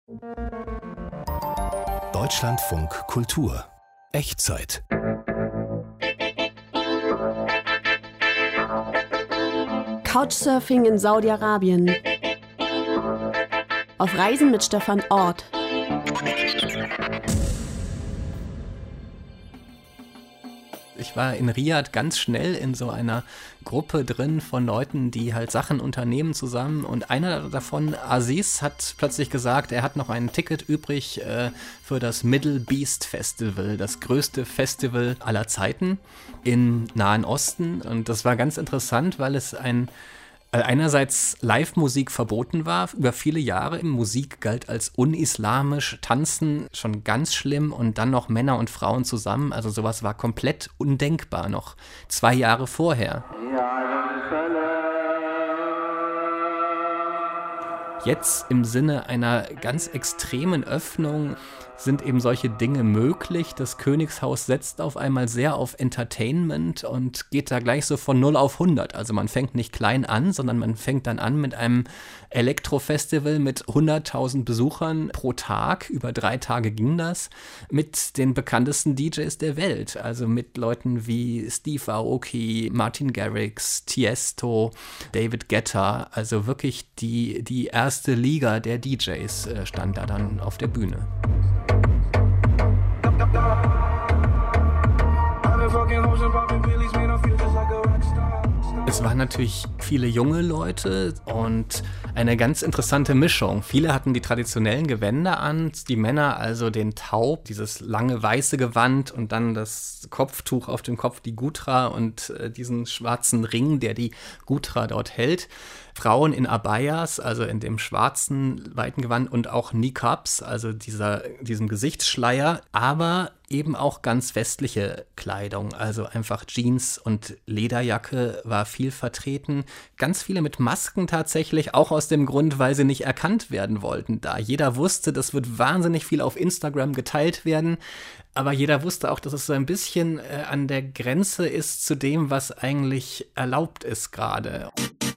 Deutschlandfunk Kultur. Echtzeit. Couchsurfing in Saudi-Arabien. Auf Reisen mit Stefan Ort. Ich war in Riyadh ganz schnell in so einer Gruppe drin von Leuten, die halt Sachen unternehmen zusammen, und einer davon, Aziz, hat plötzlich gesagt, er hat noch ein Ticket übrig für das Middle Beast Festival, das größte Festival aller Zeiten im Nahen Osten, und das war ganz interessant, weil es einerseits Live-Musik verboten war, über viele Jahre. Musik galt als unislamisch, Tanzen schon ganz schlimm, und dann noch Männer und Frauen zusammen. Also sowas war komplett undenkbar, noch 2 Jahre vorher. Jetzt im Sinne einer ganz extremen Öffnung sind eben solche Dinge möglich. Das Königshaus setzt auf einmal sehr auf Entertainment und geht da gleich so von 0 auf 100. Also man fängt nicht klein an, sondern man fängt dann an mit einem Elektrofestival mit 100.000 Besuchern pro Tag. Über 3 Tage ging das, mit den bekanntesten DJs der Welt. Also mit Leuten wie Steve Aoki, Martin Garrix, Tiesto, David Guetta. Also wirklich die erste Liga der DJs stand da dann auf der Bühne. Es waren natürlich viele junge Leute und eine ganz interessante Mischung. Viele hatten die traditionellen Gewänder an, die Männer also den Taub, dieses lange weiße Gewand und dann das Kopftuch auf dem Kopf, die Gutra, und diesen schwarzen Ring, der die Gutra dort hält. Frauen in Abayas, also in dem schwarzen weiten Gewand, und auch Niqabs, also diesem Gesichtsschleier, aber eben auch ganz westliche Kleidung, also einfach Jeans und Lederjacke war viel vertreten. Ganz viele mit Masken tatsächlich, auch aus dem Grund, weil sie nicht erkannt werden wollten. Da jeder wusste, das wird wahnsinnig viel auf Instagram geteilt werden, aber jeder wusste auch, dass es so ein bisschen an der Grenze ist zu dem, was eigentlich erlaubt ist gerade.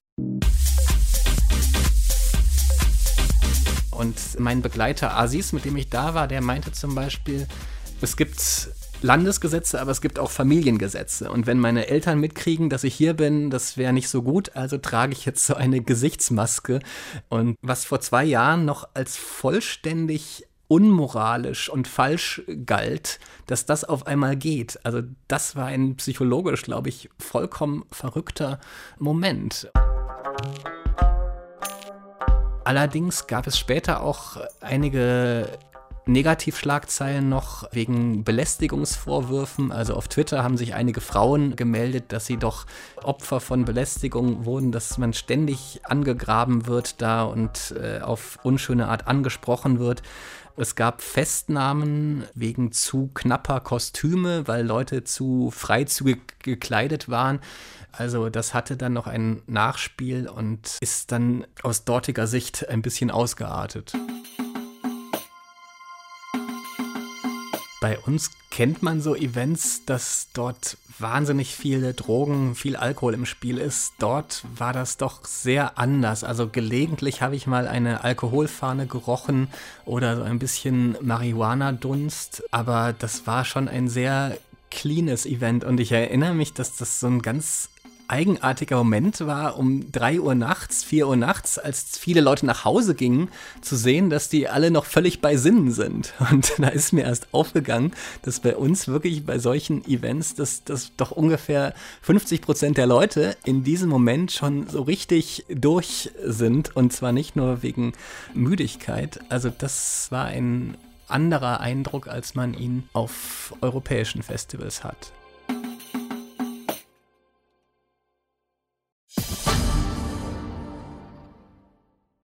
Und mein Begleiter Aziz, mit dem ich da war, der meinte zum Beispiel, es gibt Landesgesetze, aber es gibt auch Familiengesetze. Und wenn meine Eltern mitkriegen, dass ich hier bin, das wäre nicht so gut, also trage ich jetzt so eine Gesichtsmaske. Und was vor 2 Jahren noch als vollständig unmoralisch und falsch galt, dass das auf einmal geht. Also das war ein psychologisch, glaube ich, vollkommen verrückter Moment. Allerdings gab es später auch einige Negativschlagzeilen noch wegen Belästigungsvorwürfen. Also auf Twitter haben sich einige Frauen gemeldet, dass sie doch Opfer von Belästigung wurden, dass man ständig angegraben wird da und auf unschöne Art angesprochen wird. Es gab Festnahmen wegen zu knapper Kostüme, weil Leute zu freizügig gekleidet waren. Also das hatte dann noch ein Nachspiel und ist dann aus dortiger Sicht ein bisschen ausgeartet. Bei uns kennt man so Events, dass dort wahnsinnig viele Drogen, viel Alkohol im Spiel ist. Dort war das doch sehr anders. Also gelegentlich habe ich mal eine Alkoholfahne gerochen oder so ein bisschen Marihuana-Dunst. Aber das war schon ein sehr cleanes Event. Und ich erinnere mich, dass das so ein ganz eigenartiger Moment war, um 3 Uhr nachts, 4 Uhr nachts, als viele Leute nach Hause gingen, zu sehen, dass die alle noch völlig bei Sinnen sind. Und da ist mir erst aufgegangen, dass bei uns wirklich bei solchen Events, dass doch ungefähr 50% der Leute in diesem Moment schon so richtig durch sind, und zwar nicht nur wegen Müdigkeit. Also das war ein anderer Eindruck, als man ihn auf europäischen Festivals hat.